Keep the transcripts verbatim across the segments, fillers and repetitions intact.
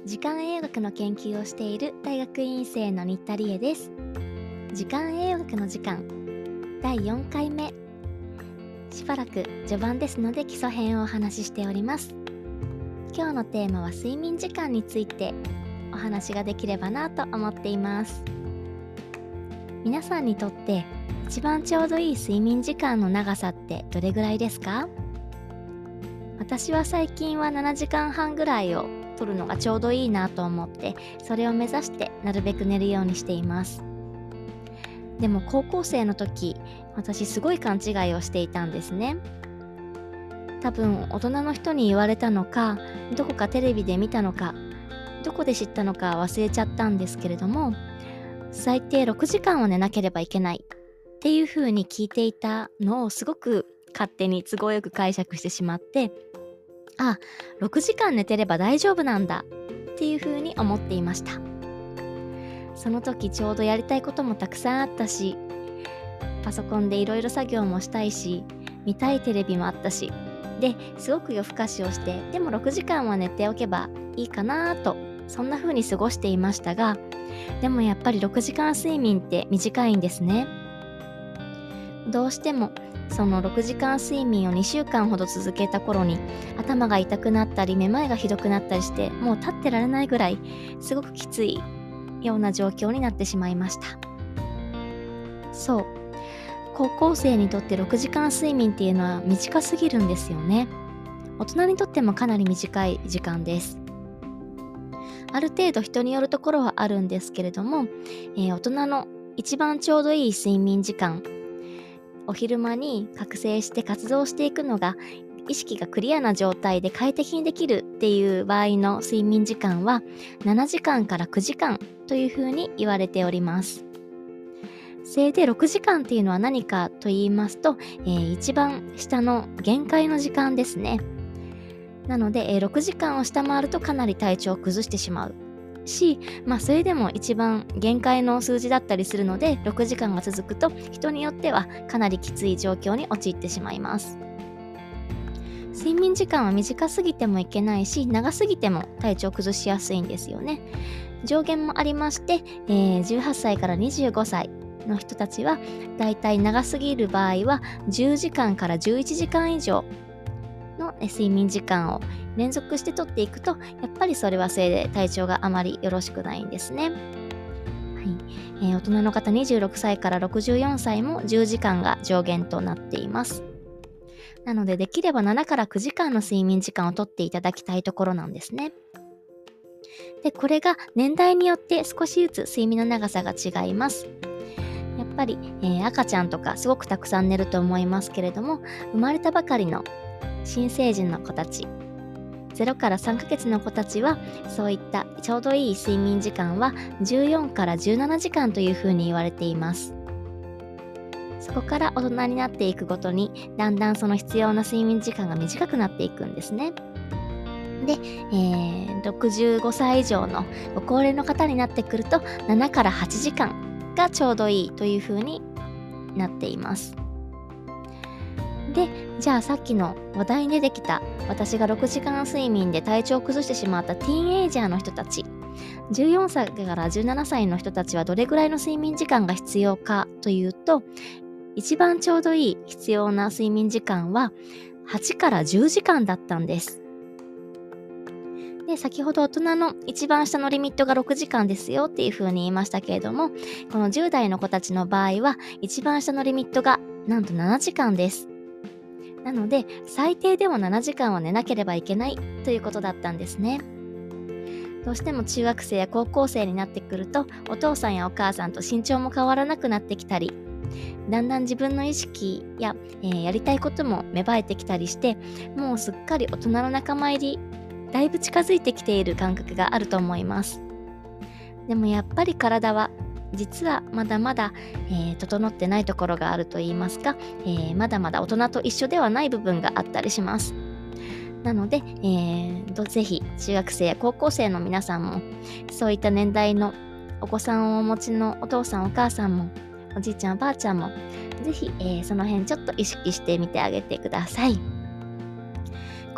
時間栄養学の研究をしている大学院生の新田理恵です。時間栄養学の時間だいよんかいめ、しばらく序盤ですので基礎編をお話ししております。今日のテーマは睡眠時間についてお話ができればなと思っています。皆さんにとって一番ちょうどいい睡眠時間の長さってどれぐらいですか？私は最近はななじかんはんぐらいを取るのがちょうどいいなと思って、それを目指してなるべく寝るようにしています。でも高校生の時、私すごい勘違いをしていたんですね。多分大人の人に言われたのか、どこかテレビで見たのか、どこで知ったのか忘れちゃったんですけれども、最低ろくじかんは寝なければいけないっていう風に聞いていたのをすごく勝手に都合よく解釈してしまって、あ、ろくじかん寝てれば大丈夫なんだっていう風に思っていました。その時ちょうどやりたいこともたくさんあったし、パソコンでいろいろ作業もしたいし、見たいテレビもあったし、ですごく夜更かしをして、でもろくじかんは寝ておけばいいかなと、そんな風に過ごしていましたが、でもやっぱりろくじかん睡眠って短いんですね。どうしてもそのろくじかん睡眠をにしゅうかんほど続けた頃に、頭が痛くなったりめまいがひどくなったりして、もう立ってられないぐらいすごくきついような状況になってしまいました。そう、高校生にとってろくじかん睡眠っていうのは短すぎるんですよね。大人にとってもかなり短い時間です。ある程度人によるところはあるんですけれども、えー、大人の一番ちょうどいい睡眠時間、お昼間に覚醒して活動していくのが意識がクリアな状態で快適にできるっていう場合の睡眠時間はななじかんからくじかんというふうに言われております。せいでろくじかんっていうのは何かと言いますと、えー、一番下の限界の時間ですね。なので、えー、ろくじかんを下回るとかなり体調を崩してしまうし、まあそれでも一番限界の数字だったりするので、ろくじかんが続くと人によってはかなりきつい状況に陥ってしまいます。睡眠時間は短すぎてもいけないし、長すぎても体調を崩しやすいんですよね。上限もありまして、えー、じゅうはっさいからにじゅうごさいの人たちはだいたい長すぎる場合はじゅうじかんからじゅういちじかん以上の睡眠時間を連続して取っていくと、やっぱりそれはそれで体調があまりよろしくないんですね。はい、えー、大人の方にじゅうろくさいからろくじゅうよんさいもじゅうじかんが上限となっています。なのでできればななからくじかんの睡眠時間を取っていただきたいところなんですね。で、これが年代によって少しずつ睡眠の長さが違います。やっぱり、えー、赤ちゃんとかすごくたくさん寝ると思いますけれども、生まれたばかりの新成人の子たち、ゼロからさんかげつの子たちはそういったちょうどいい睡眠時間はじゅうよんからじゅうななじかんというふうに言われています。そこから大人になっていくごとにだんだんその必要な睡眠時間が短くなっていくんですね。で、えー、ろくじゅうごさい以上のご高齢の方になってくるとななからはちじかんがちょうどいいというふうになっています。で、じゃあさっきの話題に出てきた私がろくじかん睡眠で体調を崩してしまったティーンエイジャーの人たち、じゅうよんさいからじゅうななさいの人たちはどれぐらいの睡眠時間が必要かというと、一番ちょうどいい必要な睡眠時間ははちからじゅうじかんだったんです。で、先ほど大人の一番下のリミットがろくじかんですよっていう風に言いましたけれども、このじゅう代の子たちの場合は一番下のリミットがなんとななじかんです。なので最低でもななじかんは寝なければいけないということだったんですね。どうしても中学生や高校生になってくると、お父さんやお母さんと身長も変わらなくなってきたり、だんだん自分の意識や、えー、やりたいことも芽生えてきたりして、もうすっかり大人の仲間入りだいぶ近づいてきている感覚があると思います。でもやっぱり体は実はまだまだ、えー、整ってないところがあると言いますか、えー、まだまだ大人と一緒ではない部分があったりします。なので、えー、ぜひ中学生や高校生の皆さんも、そういった年代のお子さんをお持ちのお父さんお母さんも、おじいちゃんおばあちゃんもぜひ、えー、その辺ちょっと意識してみてあげてください。こ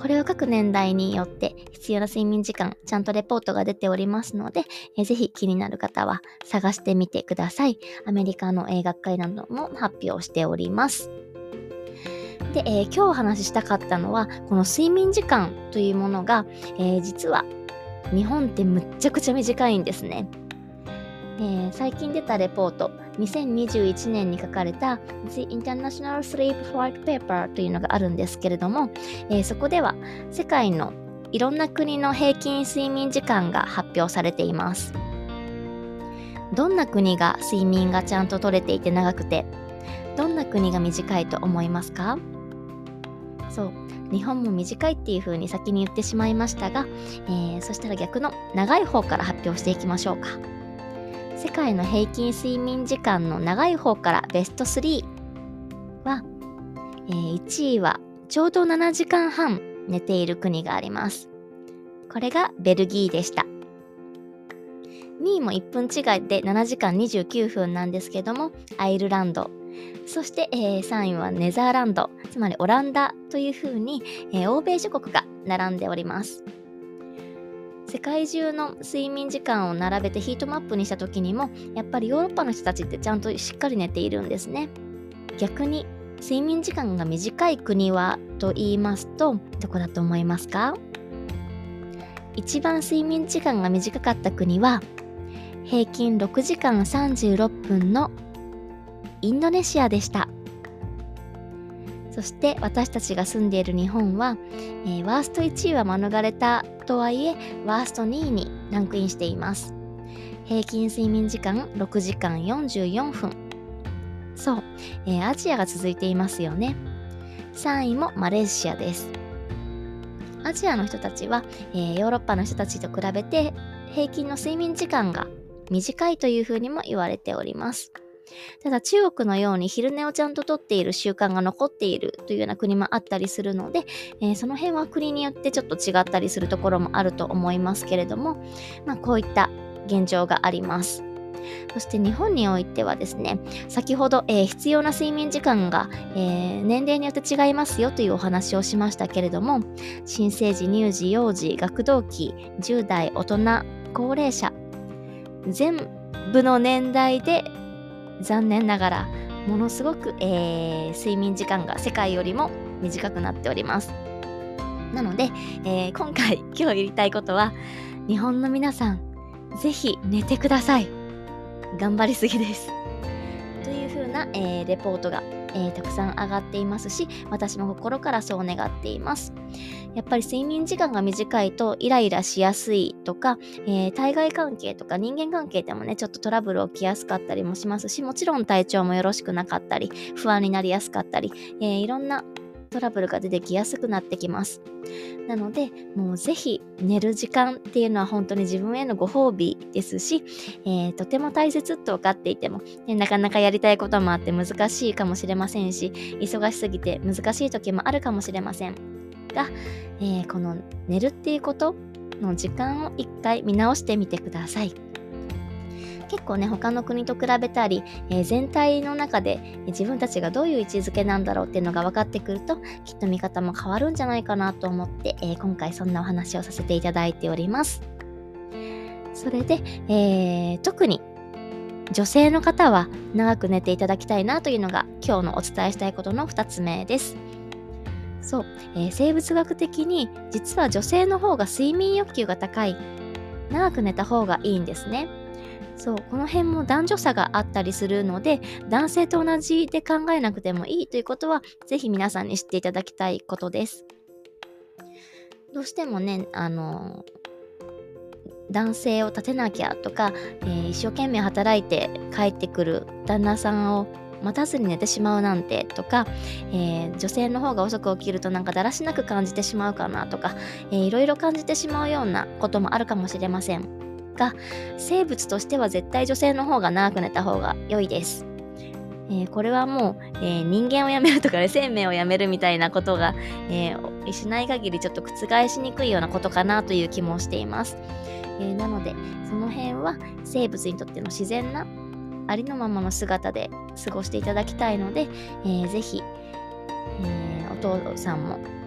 これは各年代によって必要な睡眠時間ちゃんとレポートが出ておりますので、えー、ぜひ気になる方は探してみてください。アメリカの映画会なども発表しております。で、えー、今日お話ししたかったのは、この睡眠時間というものが、えー、実は日本ってむっちゃくちゃ短いんですね。えー、最近出たレポート、にせんにじゅういちねんに書かれた The International Sleep White Paper というのがあるんですけれども、えー、そこでは世界のいろんな国の平均睡眠時間が発表されています。どんな国が睡眠がちゃんと取れていて長くて、どんな国が短いと思いますか？そう、日本も短いっていう風に先に言ってしまいましたが、えー、そしたら逆の長い方から発表していきましょうか。世界の平均睡眠時間の長い方からベストスリーは、えー、いちいはちょうどななじかんはん寝ている国があります。これがベルギーでした。にいもいっぷん違いでななじかんにじゅうきゅうふんなんですけども、アイルランド。そして、えー、さんいはネザーランド、つまりオランダというふうに、えー、欧米諸国が並んでおります。世界中の睡眠時間を並べてヒートマップにした時にも、やっぱりヨーロッパの人たちってちゃんとしっかり寝ているんですね。逆に睡眠時間が短い国はと言いますと、どこだと思いますか？一番睡眠時間が短かった国は、平均ろくじかんさんじゅうろっぷんのインドネシアでした。そして私たちが住んでいる日本は、えー、ワーストいちいは免れたとはいえ、ワーストにいにランクインしています。平均睡眠時間ろくじかんよんじゅうよんふん。そう、えー、アジアが続いていますよね。さんいもマレーシアです。アジアの人たちは、えー、ヨーロッパの人たちと比べて平均の睡眠時間が短いというふうにも言われております。ただ中国のように昼寝をちゃんととっている習慣が残っているというような国もあったりするので、えー、その辺は国によってちょっと違ったりするところもあると思いますけれども、まあ、こういった現状があります。そして日本においてはですね、先ほど、えー、必要な睡眠時間が、えー、年齢によって違いますよというお話をしましたけれども、新生児、乳児、幼児、学童期、じゅう代、大人、高齢者、全部の年代で残念ながらものすごく、えー、睡眠時間が世界よりも短くなっております。なので、えー、今回今日言いたいことは、日本の皆さんぜひ寝てください。頑張りすぎですという風な、えー、レポートが、えー、たくさん上がっていますし、私も心からそう願っています。やっぱり睡眠時間が短いとイライラしやすいとか、えー、対外関係とか人間関係でもね、ちょっとトラブル起きやすかったりもしますし、もちろん体調もよろしくなかったり、不安になりやすかったり、えー、いろんなトラブルが出てきやすくなってきます。なので、もうぜひ寝る時間っていうのは本当に自分へのご褒美ですし、えー、とても大切と分かっていても、ね、なかなかやりたいこともあって難しいかもしれませんし、忙しすぎて難しい時もあるかもしれませんが、えー、この寝るっていうことの時間を一回見直してみてください。結構ね、他の国と比べたり、えー、全体の中で自分たちがどういう位置づけなんだろうっていうのが分かってくると、きっと見方も変わるんじゃないかなと思って、えー、今回そんなお話をさせていただいております。それで、えー、特に女性の方は長く寝ていただきたいなというのが今日のお伝えしたいことのふたつめです。そう、えー、生物学的に実は女性の方が睡眠欲求が高い、長く寝た方がいいんですね。そう、この辺も男女差があったりするので、男性と同じで考えなくてもいいということは、ぜひ皆さんに知っていただきたいことです。どうしてもね、あの男性を立てなきゃとか、えー、一生懸命働いて帰ってくる旦那さんを待たずに寝てしまうなんてとか、えー、女性の方が遅く起きるとなんかだらしなく感じてしまうかなとか、えー、いろいろ感じてしまうようなこともあるかもしれませんが、生物としては絶対女性の方が長く寝た方が良いです。えー、これはもう、えー、人間をやめるとかね、生命をやめるみたいなことが、えー、しない限りちょっと覆しにくいようなことかなという気もしています。えー、なのでその辺は生物にとっての自然なありのままの姿で過ごしていただきたいので、えー、ぜひ、えー、お父さんも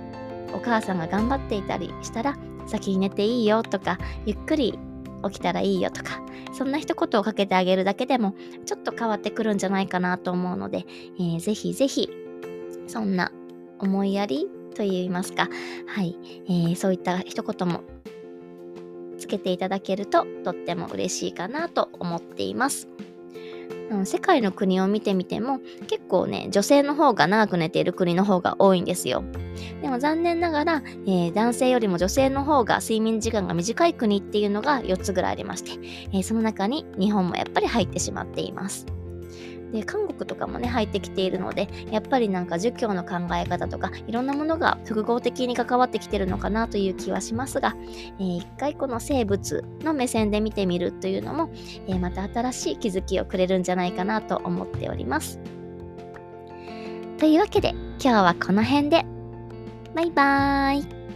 お母さんが頑張っていたりしたら先に寝ていいよとか、ゆっくり起きたらいいよとか、そんな一言をかけてあげるだけでもちょっと変わってくるんじゃないかなと思うので、えー、ぜひぜひそんな思いやりといいますか、はい、えー、そういった一言もつけていただけるととっても嬉しいかなと思っています。うん、世界の国を見てみても結構ね、女性の方が長く寝ている国の方が多いんですよ。でも残念ながら、えー、男性よりも女性の方が睡眠時間が短い国っていうのがよっつぐらいありまして、えー、その中に日本もやっぱり入ってしまっています。で、韓国とかもね入ってきているので、やっぱりなんか儒教の考え方とかいろんなものが複合的に関わってきてるのかなという気はしますが、えー、一回この生物の目線で見てみるというのも、えー、また新しい気づきをくれるんじゃないかなと思っております。というわけで今日はこの辺で。バイバーイ。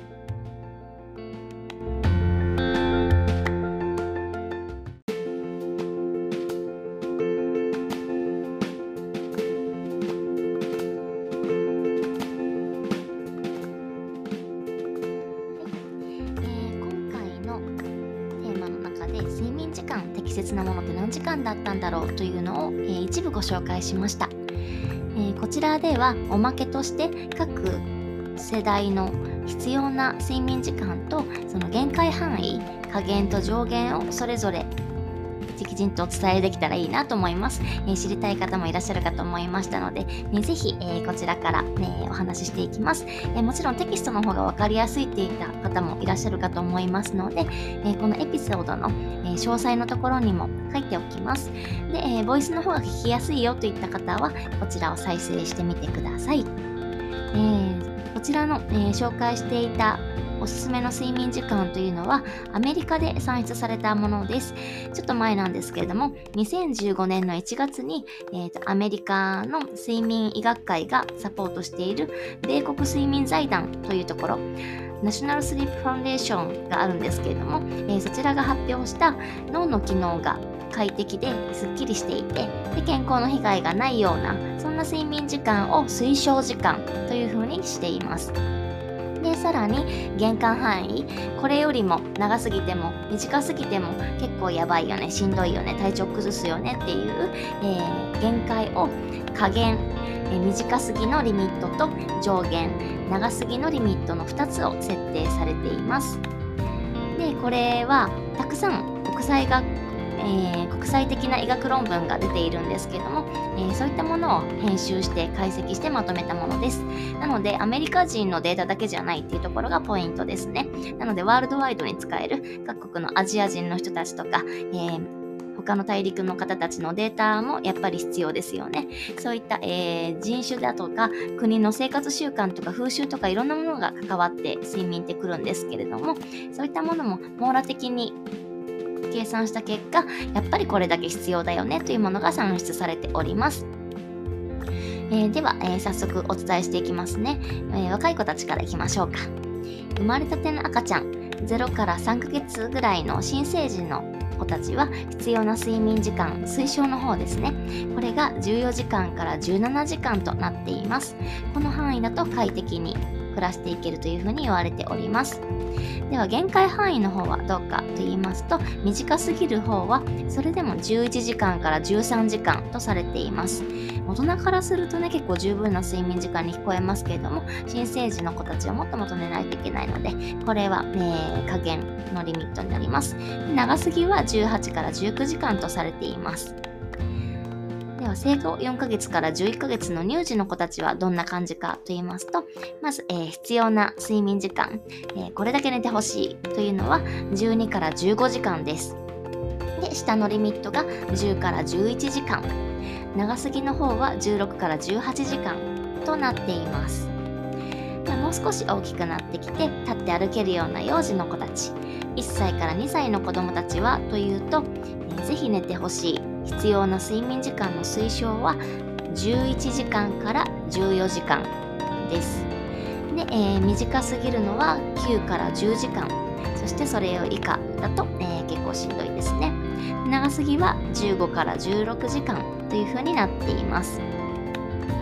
睡眠時間、適切なものって何時間だったんだろうというのを、えー、一部ご紹介しました。えー、こちらではおまけとして各世代の必要な睡眠時間とその限界範囲、下限と上限をそれぞれきちんとお伝えできたらいいなと思います。えー、知りたい方もいらっしゃるかと思いましたので、ね、ぜひ、えー、こちらから、ね、お話ししていきます。えー、もちろんテキストの方が分かりやすいっていった方もいらっしゃるかと思いますので、えー、このエピソードの、えー、詳細のところにも書いておきます。で、えー、ボイスの方が聞きやすいよといった方はこちらを再生してみてください。えー、こちらの、えー、紹介していたおすすめの睡眠時間というのはアメリカで算出されたものです。ちょっと前なんですけれども、にせんじゅうごねんのいちがつに、えーと、アメリカの睡眠医学会がサポートしている米国睡眠財団というところ、ナショナルスリープファンデーションがあるんですけれども、えー、そちらが発表した脳の機能が快適ですっきりしていて、で健康の被害がないようなそんな睡眠時間を推奨時間というふうにしています。でさらに限界範囲、これよりも長すぎても短すぎても結構やばいよね、しんどいよね、体調崩すよねっていう、えー、限界を下限、えー、短すぎのリミットと上限、長すぎのリミットのふたつを設定されています。でこれはたくさん国際学えー、国際的な医学論文が出ているんですけれども、えー、そういったものを編集して解析してまとめたものです。なのでアメリカ人のデータだけじゃないっていうところがポイントですね。なのでワールドワイドに使える各国のアジア人の人たちとか、えー、他の大陸の方たちのデータもやっぱり必要ですよね。そういった、えー、人種だとか国の生活習慣とか風習とかいろんなものが関わって睡眠ってくるんですけれども、そういったものも網羅的に計算した結果、やっぱりこれだけ必要だよねというものが算出されております。えー、では、えー、早速お伝えしていきますね。えー、若い子たちからいきましょうか。生まれたての赤ちゃん、ゼロからさんかげつぐらいの新生児の子たちは必要な睡眠時間、推奨の方ですね。これがじゅうよじかんからじゅうななじかんとなっています。この範囲だと快適に暮らしていけるというふうに言われております。では限界範囲の方はどうかと言いますと、短すぎる方はそれでもじゅういちじかんからじゅうさんじかんとされています。大人からするとね、結構十分な睡眠時間に聞こえますけれども、新生児の子たちはもっともっと寝ないといけないので、これは、ね、加減のリミットになります。長すぎはじゅうはちからじゅうくじかんとされています。では生後よんかげつからじゅういっかげつの乳児の子たちはどんな感じかと言いますと、まず、えー、必要な睡眠時間、えー、これだけ寝てほしいというのはじゅうにからじゅうごじかんです。で下のリミットがじゅうからじゅういちじかん、長すぎの方はじゅうろくからじゅうはちじかんとなっています。ではもう少し大きくなってきて立って歩けるような幼児の子たち、いっさいからにさいの子どもたちはというと、えー、ぜひ寝てほしい必要な睡眠時間の推奨はじゅういちじかんからじゅうよじかんです。で、えー、短すぎるのはきゅうからじゅうじかん、そしてそれ以下だと、えー、結構しんどいですね。長すぎはじゅうごからじゅうろくじかんという風になっています。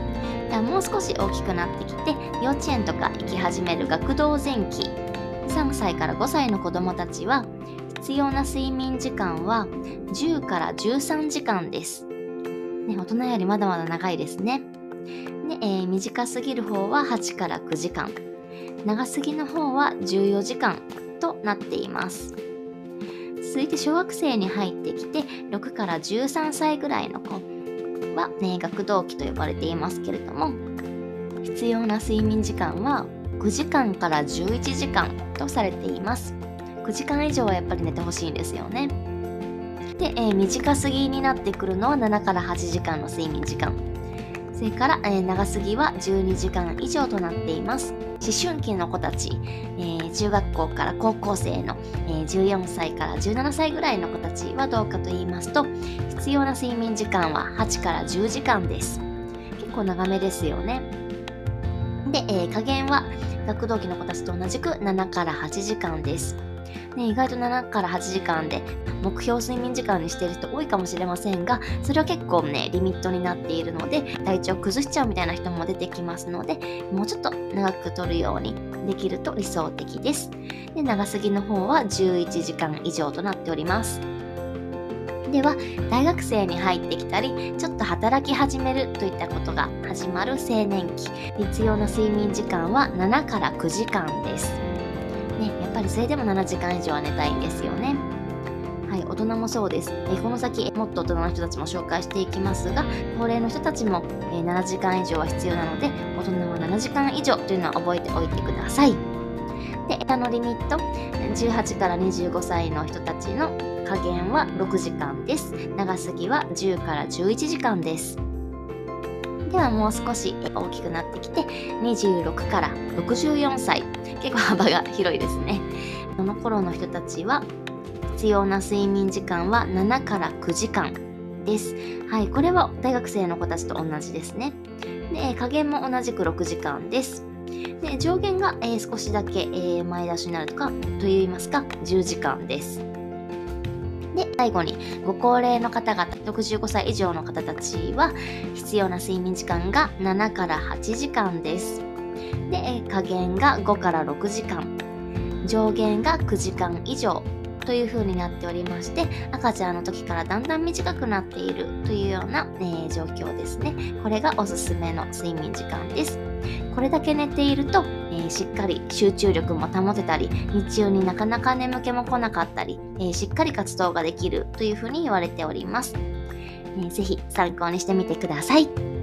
もう少し大きくなってきて幼稚園とか行き始める学童前期、さんさいからごさいの子どもたちは必要な睡眠時間はじゅうからじゅうさんじかんです、ね、大人よりまだまだ長いですね。で、えー、短すぎる方ははちからくじかん、長すぎの方はじゅうよじかんとなっています。続いて小学生に入ってきてろくからじゅうさんさいぐらいの子は、ね、学童期と呼ばれていますけれども、必要な睡眠時間はくじかんからじゅういちじかんとされています。くじかん以上はやっぱり寝てほしいんですよね。で、えー、短すぎになってくるのはななからはちじかんの睡眠時間、それから、えー、長すぎはじゅうにじかん以上となっています。思春期の子たち、えー、中学校から高校生の、えー、じゅうよんさいからじゅうななさいぐらいの子たちはどうかと言いますと、必要な睡眠時間ははちからじゅうじかんです。結構長めですよね。で、えー、加減は学童期の子たちと同じくななからはちじかんです。ね、意外とななからはちじかんで目標睡眠時間にしている人多いかもしれませんが、それは結構ねリミットになっているので体調崩しちゃうみたいな人も出てきますので、もうちょっと長く取るようにできると理想的です。で、長すぎの方はじゅういちじかん以上となっております。では、大学生に入ってきたりちょっと働き始めるといったことが始まる青年期、必要な睡眠時間はななからくじかんです。ね、やっぱりそれでもななじかん以上は寝たいんですよね。はい、大人もそうです。えこの先もっと大人の人たちも紹介していきますが、高齢の人たちも、えななじかん以上は必要なので、大人はななじかん以上というのは覚えておいてください。で、あのリミット、じゅうはちからにじゅうごさいの人たちの加減はろくじかんです。長すぎはじゅうからじゅういちじかんです。ではもう少し大きくなってきてにじゅうろくからろくじゅうよんさい、結構幅が広いですね。この頃の人たちは必要な睡眠時間はななからくじかんです。はい、これは大学生の子たちと同じですね。で、加減も同じくろくじかんです。で、上限が、えー、少しだけ、えー、前出しになるとかといいますかじゅうじかんです。で、最後にご高齢の方々、ろくじゅうごさい以上の方たちは必要な睡眠時間がななからはちじかんです。で、加減がごからろくじかん、上限がくじかん以上という風になっておりまして、赤ちゃんの時からだんだん短くなっているというような、えー、状況ですね。これがおすすめの睡眠時間です。これだけ寝ていると、えー、しっかり集中力も保てたり、日中になかなか眠気も来なかったり、えー、しっかり活動ができるというふうに言われております。えー、ぜひ参考にしてみてください。